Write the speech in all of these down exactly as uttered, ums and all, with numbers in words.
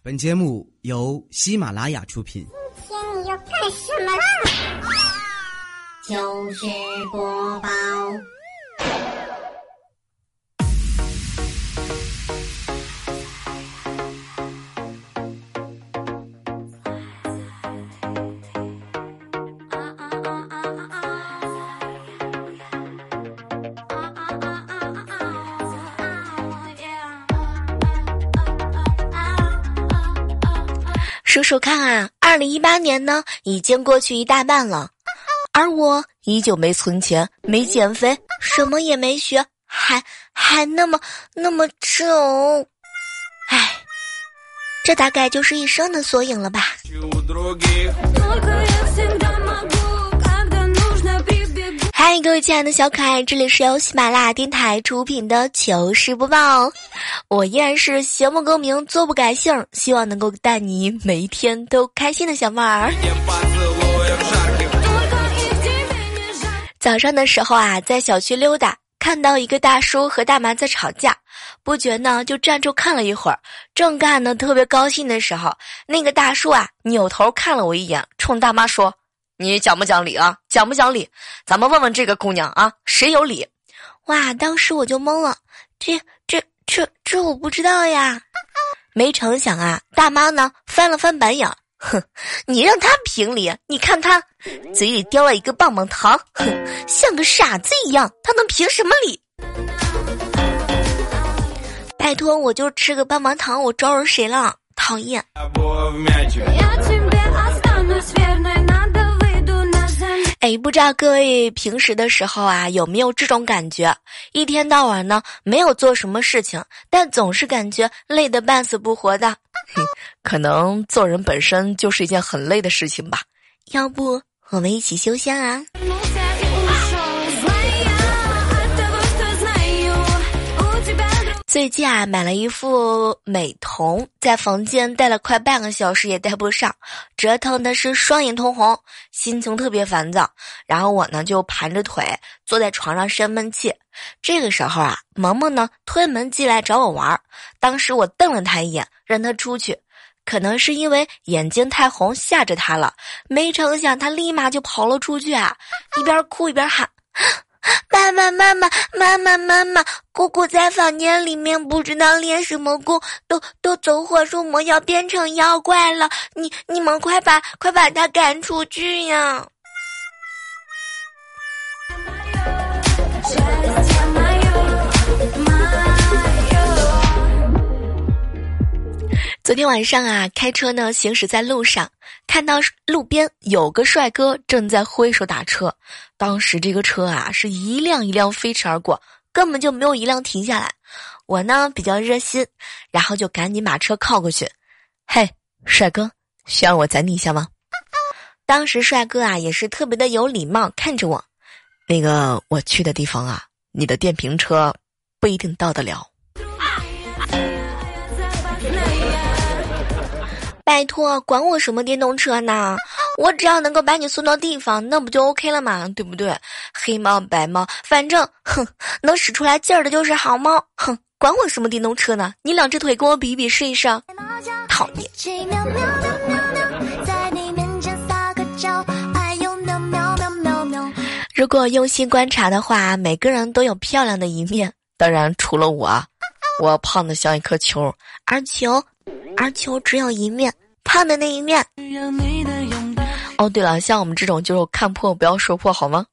本节目由喜马拉雅出品。 今天你要干什么啦？ 糗事播报。 数数看啊，二零一八年呢已经过去一大半了，而我依旧没存钱，没减肥，什么也没学，还还那么那么瘦，唉，这大概就是一生的缩影了吧。嗨，各位亲爱的小可爱，这里是由喜马拉雅电台出品的糗事播报，我依然是邪不更名，作不改姓，希望能够带你每一天都开心的小妹儿。早上的时候啊，在小区溜达，看到一个大叔和大妈在吵架，不觉呢就站住看了一会儿，正干呢特别高兴的时候，那个大叔啊扭头看了我一眼，冲大妈说：“你讲不讲理啊？讲不讲理？咱们问问这个姑娘啊，谁有理？”哇，当时我就懵了，这这这这我不知道呀。没成想啊，大妈呢翻了翻白眼，哼，你让她评理，你看她嘴里叼了一个棒棒糖，哼，像个傻子一样，她能评什么理？拜托，我就吃个棒棒糖，我招惹谁了？讨厌。哎，不知道各位平时的时候啊，有没有这种感觉？一天到晚呢，没有做什么事情，但总是感觉累得半死不活的。可能做人本身就是一件很累的事情吧。要不我们一起修仙啊？最近啊，买了一副美瞳，在房间戴了快半个小时也戴不上，折腾的是双眼通红，心情特别烦躁。然后我呢就盘着腿坐在床上生闷气。这个时候啊，萌萌呢推门进来找我玩，当时我瞪了他一眼，让他出去。可能是因为眼睛太红吓着他了，没成想他立马就跑了出去啊，一边哭一边喊：“妈妈妈妈妈妈妈妈，姑姑在房间里面不知道练什么功，都都走火入魔要变成妖怪了，你你们快把快把他赶出去呀！”昨天晚上啊，开车呢行驶在路上，看到路边有个帅哥正在挥手打车，当时这个车啊是一辆一辆飞驰而过，根本就没有一辆停下来。我呢比较热心，然后就赶紧把车靠过去。嘿，帅哥，需要我载你一下吗？当时帅哥啊也是特别的有礼貌，看着我，那个我去的地方啊，你的电瓶车不一定到得了。拜托，管我什么电动车呢？我只要能够把你送到地方，那不就 OK 了嘛，对不对？黑猫白猫，反正哼，能使出来劲儿的就是好猫，哼，管我什么电动车呢？你两只腿跟我比一比试一试。讨厌。如果用心观察的话，每个人都有漂亮的一面，当然除了我，我胖得像一颗球，而球而球只有一面，胖的那一面。哦，对了，像我们这种就是看破不要说破，好吗？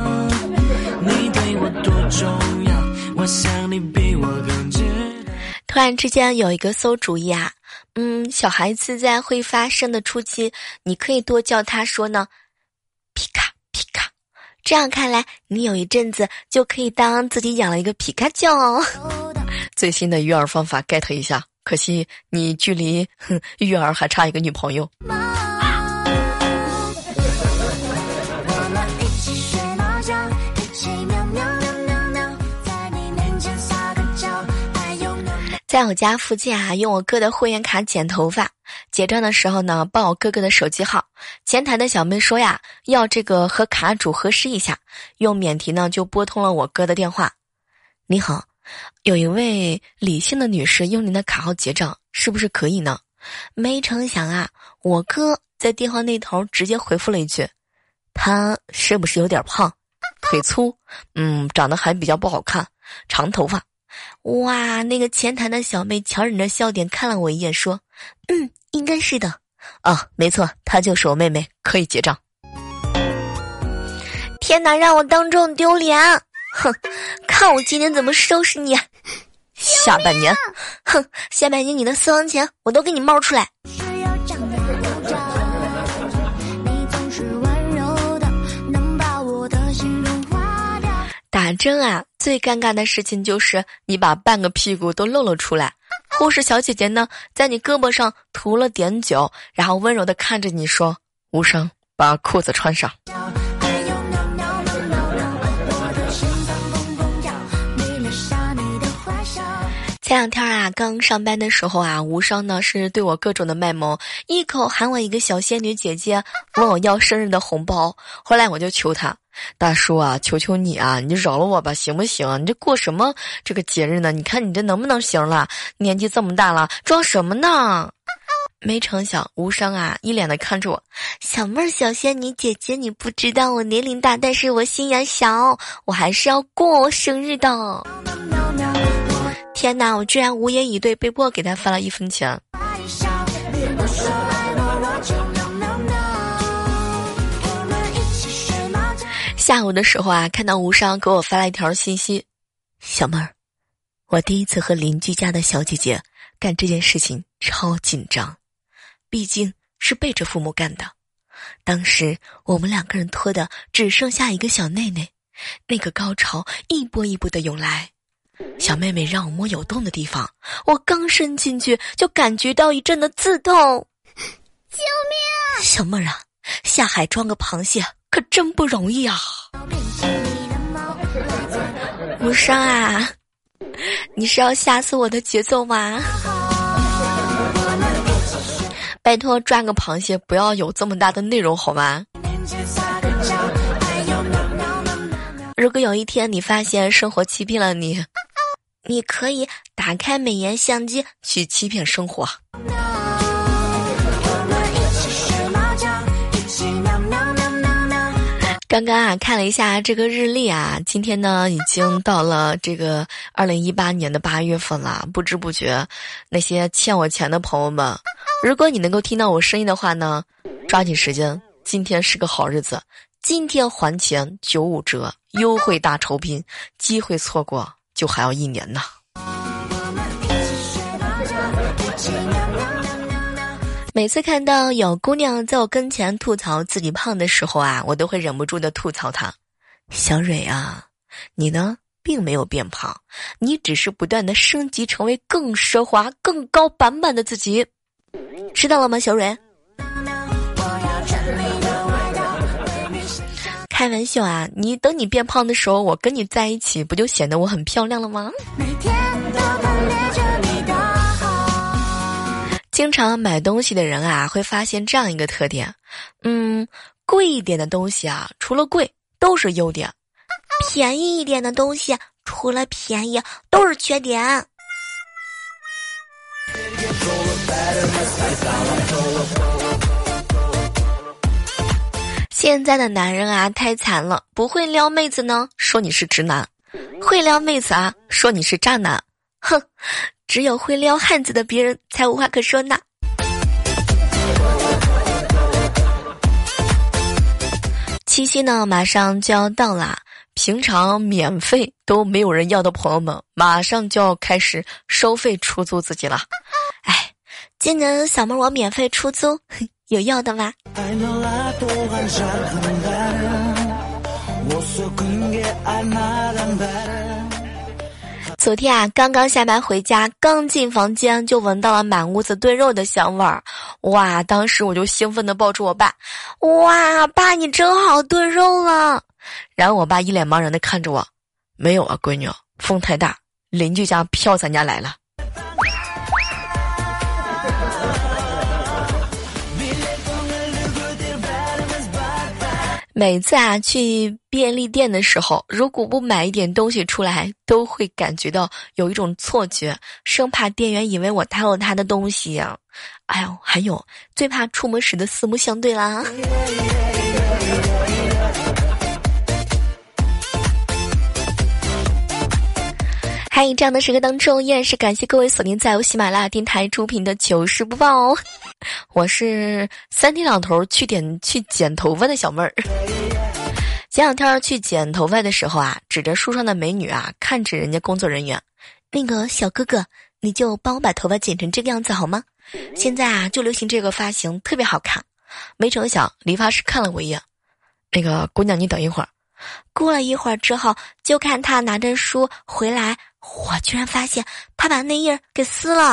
突然之间有一个馊主意啊，嗯，小孩子在会发声的初期，你可以多叫他说呢，皮卡皮卡。这样看来，你有一阵子就可以当自己养了一个皮卡丘哦。最新的育儿方法 get 一下。可惜你距离哼育儿还差一个女朋友。在我家附近啊，用我哥的会员卡剪头发，结账的时候呢，报我哥哥的手机号。前台的小妹说呀，要这个和卡主核实一下，用免提呢就拨通了我哥的电话。你好，有一位李姓的女士用您的卡号结账，是不是可以呢？ 没成想啊，我哥在电话那头直接回复了一句：他是不是有点胖，腿粗，嗯，长得还比较不好看，长头发。哇，那个前台的小妹强忍着笑点看了我一眼说：嗯，应该是的。啊，没错，她就是我妹妹，可以结账。天哪，让我当众丢脸！哼，看我今天怎么收拾你！下半年，哼，下半年你的私房钱我都给你冒出来。打针啊，最尴尬的事情就是你把半个屁股都露了出来。护士小姐姐呢，在你胳膊上涂了点酒，然后温柔地看着你说：无伤，把裤子穿上。前两天啊，刚上班的时候啊，无伤呢是对我各种的卖萌，一口喊我一个小仙女姐姐，问我要生日的红包。后来我就求他，大叔啊，求求你啊，你饶了我吧，行不行？你这过什么这个节日呢？你看你这能不能行了？年纪这么大了，装什么呢？没成想，无伤啊，一脸的看着我，小妹儿，小仙女姐姐，你不知道我年龄大，但是我心眼小，我还是要过我生日的。天哪，我居然无言以对，被迫给他发了一分钱。下午的时候啊，看到无伤给我发了一条信息：小妹儿，我第一次和邻居家的小姐姐干这件事情超紧张，毕竟是背着父母干的。当时我们两个人拖的只剩下一个小内内，那个高潮一波一波的涌来。小妹妹让我摸有洞的地方，我刚伸进去就感觉到一阵的刺痛。 救命！ 小妹儿啊，下海装个螃蟹可真不容易啊！无伤啊，你是要吓死我的节奏吗？拜托抓个螃蟹不要有这么大的内容好吗？如果有一天你发现生活欺骗了你，你可以打开美颜相机去欺骗生活。刚刚啊看了一下这个日历啊，今天呢已经到了这个二零一八年的八月份了，不知不觉那些欠我钱的朋友们，如果你能够听到我声音的话呢，抓紧时间，今天是个好日子，今天还钱九五折，优惠大酬宾，机会错过就还要一年呢。每次看到有姑娘在我跟前吐槽自己胖的时候啊，我都会忍不住的吐槽她：小蕊啊，你呢并没有变胖，你只是不断的升级成为更奢华更高版本的自己，知道了吗小蕊？开玩笑啊，你等你变胖的时候，我跟你在一起不就显得我很漂亮了吗？经常买东西的人啊，会发现这样一个特点，嗯，贵一点的东西啊，除了贵都是优点，便宜一点的东西除了便宜都是缺点。现在的男人啊太惨了，不会撩妹子呢说你是直男，会撩妹子啊说你是渣男，哼，只有会撩汉子的别人才无话可说呢。七夕呢马上就要到啦，平常免费都没有人要的朋友们，马上就要开始收费出租自己了。哎，今年小妹我免费出租，有要的吗？昨天啊，刚刚下班回家，刚进房间就闻到了满屋子炖肉的香味儿，哇！当时我就兴奋地抱住我爸，哇，爸你真好，炖肉了。然后我爸一脸茫然地看着我，没有啊，闺女，风太大，邻居家飘咱家来了。 每次啊去便利店的时候，如果不买一点东西出来，都会感觉到有一种错觉，生怕店员以为我偷了他的东西呀、啊。哎呦，还有最怕出门时的四目相对啦。嗨，这样的时刻当中，依然是感谢各位锁定在由喜马拉雅电台出品的糗事播报哦。我是三天两头去点去剪头发的小妹儿。前两天去剪头发的时候啊，指着树上的美女啊，看着人家工作人员，那个小哥哥，你就帮我把头发剪成这个样子好吗？现在啊，就流行这个发型，特别好看。没成想，理发师看了我一眼，那个姑娘，你等一会儿。过了一会儿之后，就看他拿着书回来，我居然发现他把内页给撕了。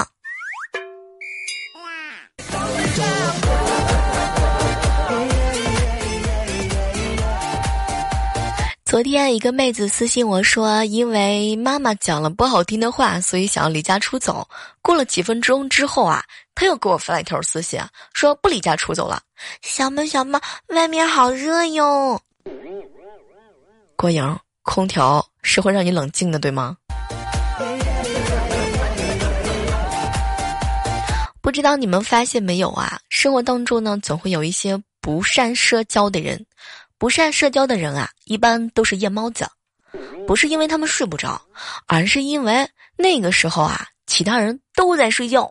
昨天一个妹子私信我说，因为妈妈讲了不好听的话，所以想要离家出走。过了几分钟之后啊，她又给我发了一条私信，说不离家出走了。小妹小妹，外面好热哟。郭莹，空调是会让你冷静的，对吗？不知道你们发现没有啊？生活当中呢，总会有一些不善社交的人。不善社交的人啊，一般都是夜猫子，不是因为他们睡不着，而是因为那个时候啊，其他人都在睡觉。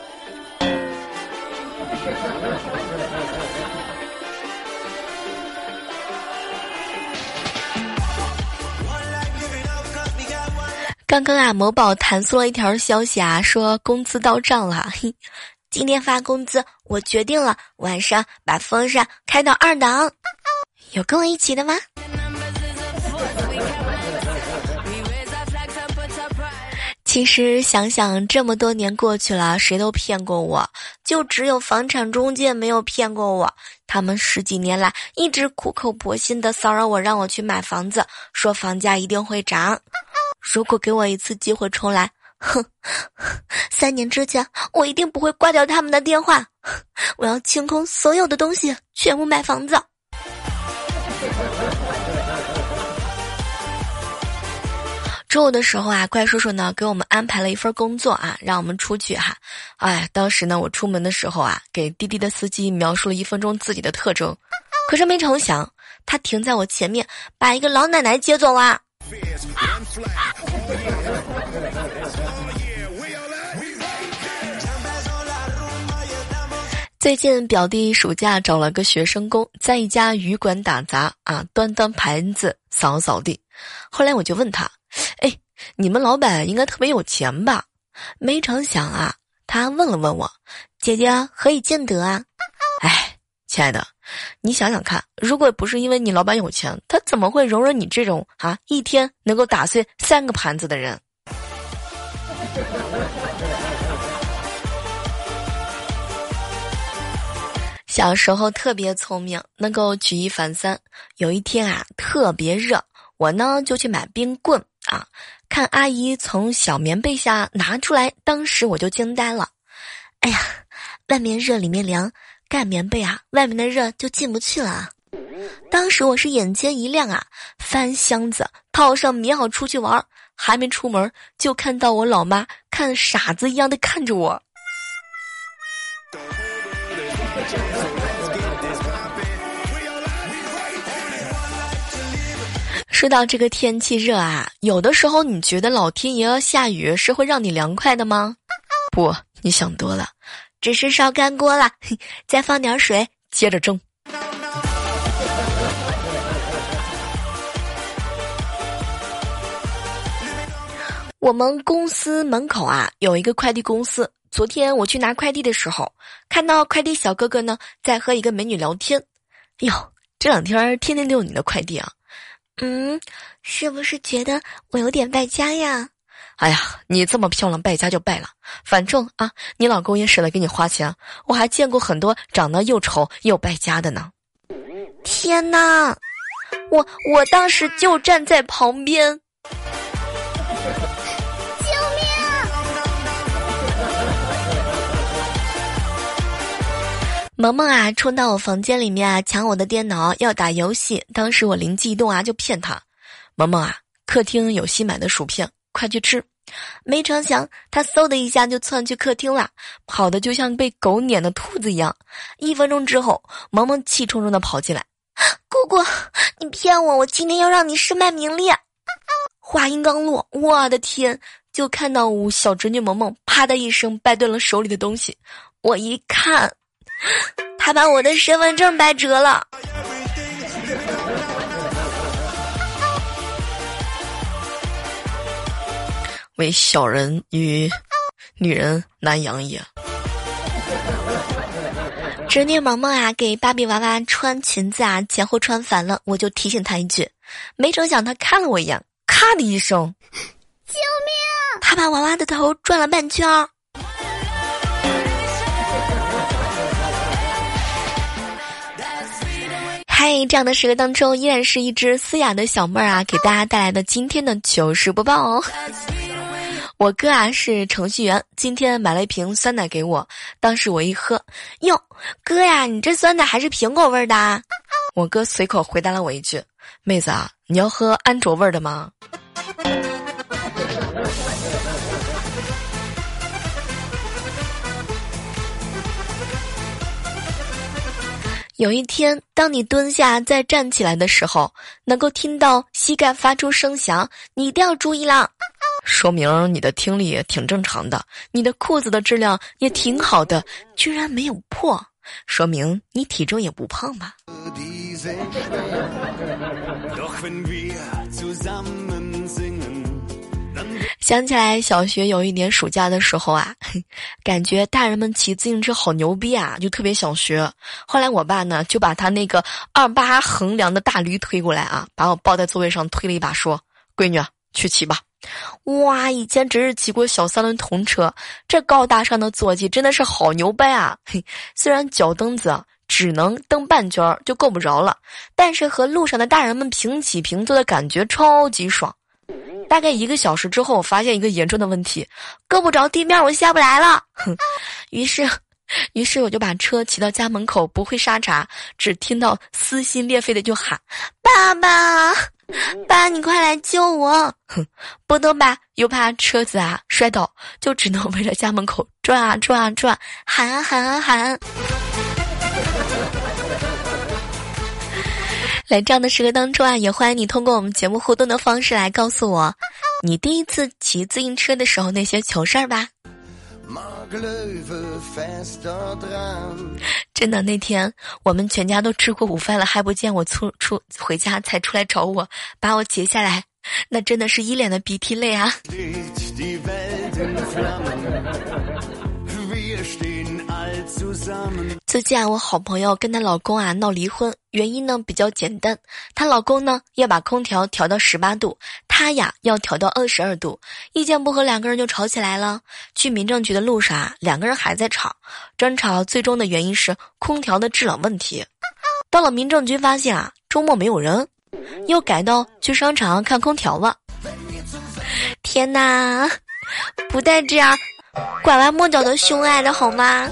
刚刚啊，某宝弹出了一条消息啊，说工资到账了。今天发工资，我决定了，晚上把风扇开到二档。有跟我一起的吗？其实想想这么多年过去了，谁都骗过我，就只有房产中介没有骗过我。他们十几年来一直苦口婆心的骚扰我，让我去买房子，说房价一定会涨。如果给我一次机会重来，哼，三年之前我一定不会挂掉他们的电话，我要清空所有的东西，全部买房子。中午的时候啊，怪叔叔呢给我们安排了一份工作啊，让我们出去哈。哎，当时呢我出门的时候啊，给滴滴的司机描述了一分钟自己的特征，可是没成想他停在我前面，把一个老奶奶接走了。最近表弟暑假找了个学生工，在一家鱼馆打杂啊，端端盘子，扫扫地。后来我就问他，哎，你们老板应该特别有钱吧？没成想啊，他问了问我，姐姐何以见得啊？哎，亲爱的，你想想看，如果不是因为你老板有钱，他怎么会容忍你这种啊一天能够打碎三个盘子的人？小时候特别聪明，能够举一反三。有一天啊，特别热，我呢就去买冰棍啊，看阿姨从小棉被下拿出来，当时我就惊呆了。哎呀，外面热里面凉，盖棉被啊，外面的热就进不去了啊。当时我是眼前一亮啊，翻箱子套上棉袄出去玩，还没出门就看到我老妈看傻子一样的看着我。说到这个天气热啊，有的时候你觉得老天爷要下雨是会让你凉快的吗？不，你想多了，只是烧干锅了，再放点水接着蒸。我们公司门口啊有一个快递公司，昨天我去拿快递的时候，看到快递小哥哥呢在和一个美女聊天。哟，这两天天天都有你的快递啊。嗯，是不是觉得我有点败家呀？哎呀，你这么漂亮，败家就败了。反正啊，你老公也舍得给你花钱，我还见过很多长得又丑又败家的呢。天哪，我我当时就站在旁边。 萌萌啊，冲到我房间里面啊，抢我的电脑要打游戏。当时我灵机一动啊，就骗他：萌萌啊，客厅有新买的薯片，快去吃。没成想他嗖的一下就窜去客厅了，跑得就像被狗撵的兔子一样。一分钟之后，萌萌气冲冲的跑进来：姑姑，你骗我，我今天要让你身败名裂。话音刚落，我的天，就看到我小侄女萌萌啪的一声掰断了手里的东西。我一看，他把我的身份证掰折了。为小人与女人难养也。侄女萌萌啊，给芭比娃娃穿裙子啊，前后穿反了，我就提醒她一句，没成想她看了我一眼，咔的一声， 救命！ 她把娃娃的头转了半圈。嗨，这样的时刻当中，依然是一只嘶哑的小妹儿啊，给大家带来的今天的糗事播报哦。我哥啊是程序员，今天买了一瓶酸奶给我，当时我一喝，哟，哥呀，你这酸奶还是苹果味的啊？我哥随口回答了我一句，妹子啊，你要喝安卓味的吗？有一天，当你蹲下再站起来的时候，能够听到膝盖发出声响，你一定要注意啦。说明你的听力也挺正常的，你的裤子的质量也挺好的，居然没有破，说明你体重也不胖吧。想起来小学有一年暑假的时候啊，感觉大人们骑自行车好牛逼啊，就特别想学。后来我爸呢就把他那个二八横梁的大驴推过来啊，把我抱在座位上推了一把，说：闺女去骑吧。哇，以前只是骑过小三轮童车，这高大上的坐骑真的是好牛掰啊！嘿，虽然脚蹬子只能蹬半圈就够不着了，但是和路上的大人们平起平坐的感觉超级爽。大概一个小时之后，我发现一个严重的问题，够不着地面，我下不来了。哼，于是于是我就把车骑到家门口，不会刹闸，只听到撕心裂肺的就喊：爸爸爸，你快来救我！哼，不能吧，又怕车子啊摔倒，就只能围着家门口转啊转啊转，喊啊喊啊喊。来，这样的时刻当中啊，也欢迎你通过我们节目互动的方式来告诉我，你第一次骑自行车的时候那些糗事儿吧。真的，那天我们全家都吃过午饭了，还不见我出出回家才出来找我，把我截下来，那真的是一脸的鼻涕泪啊。最近啊，我好朋友跟她老公啊闹离婚，原因呢比较简单，她老公呢要把空调调到十八度，她呀要调到二十二度，意见不合，两个人就吵起来了。去民政局的路上啊，两个人还在吵，争吵最终的原因是空调的制冷问题。到了民政局发现啊，周末没有人，又改到去商场看空调了。天哪，不带这样拐弯抹角的凶爱的好吗？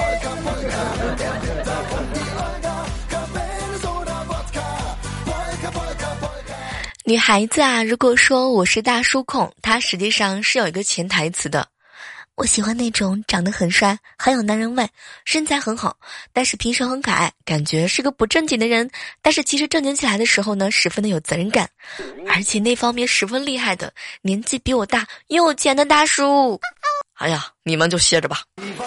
女孩子啊，如果说我是大叔控，她实际上是有一个潜台词的。我喜欢那种长得很帅，很有男人味，身材很好，但是平时很可爱，感觉是个不正经的人，但是其实正经起来的时候呢，十分的有责任感，而且那方面十分厉害的，年纪比我大又有钱的大叔。哎呀，你们就歇着吧。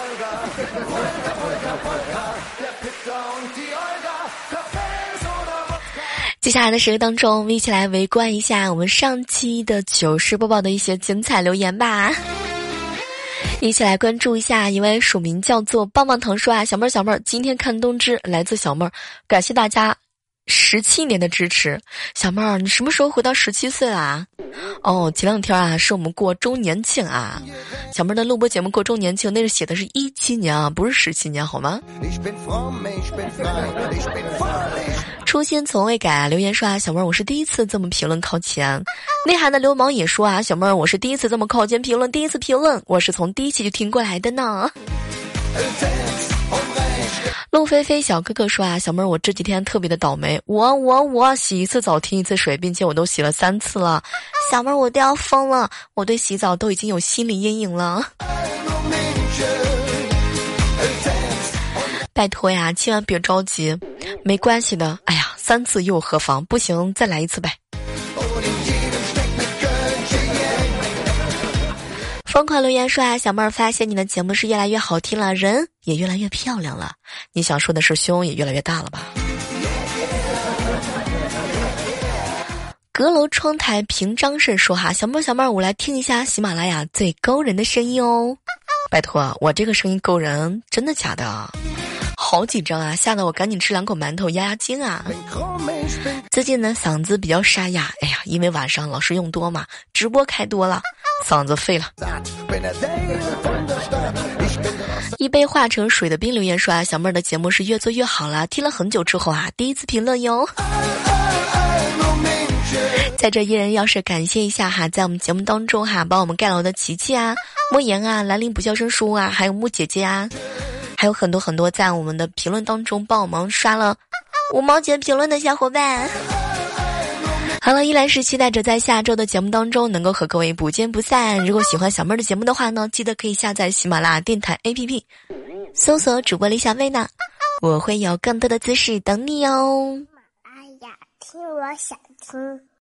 接下来的时刻当中，我们一起来围观一下我们上期的糗事播报的一些精彩留言吧。一起来关注一下一位署名叫做棒棒糖说啊，小妹儿小妹儿，今天看冬至，来自小妹儿，感谢大家十七年的支持。小妹儿，你什么时候回到十七岁啦？哦，前两天啊是我们过周年庆啊，小妹儿的录播节目过周年庆，那是写的是一七年啊，不是十七年好吗？初心从未改啊，留言说啊，小妹儿我是第一次这么评论靠前。内涵的流氓也说啊，小妹儿我是第一次这么靠前评论，第一次评论，我是从第一期就听过来的呢。 凤飞飞小哥哥说啊，小妹儿，我这几天特别的倒霉，我我我洗一次澡停一次水，并且我都洗了三次了。小妹儿，我都要疯了，我对洗澡都已经有心理阴影了。拜托呀，千万别着急，没关系的。哎呀，三次又何妨？不行，再来一次呗。疯狂留言说啊，小妹儿发现你的节目是越来越好听了，人也越来越漂亮了。你想说的是胸也越来越大了吧？阁楼窗台平张氏说哈，小妹儿小妹儿，我来听一下喜马拉雅最勾人的声音哦。拜托，我这个声音勾人，真的假的？好紧张啊，吓得我赶紧吃两口馒头压压惊啊。最近呢嗓子比较沙哑，哎呀，因为晚上老是用多嘛，直播开多了，嗓子废了。一杯化成水的冰留言说啊，小妹儿的节目是越做越好了，听了很久之后啊，第一次评论哟。在这一人要是感谢一下哈，在我们节目当中哈，帮我们盖楼的琪琪啊、莫言啊、兰陵不笑生叔啊，还有木姐姐啊，还有很多很多在我们的评论当中帮我们刷了五毛钱评论的小伙伴。好了，依然是期待着在下周的节目当中能够和各位不见不散。如果喜欢小妹儿的节目的话呢，记得可以下载喜马拉雅电台 A P P， 搜索主播李小妹呢，我会有更多的姿势等你哦。 哎呀，听我想听。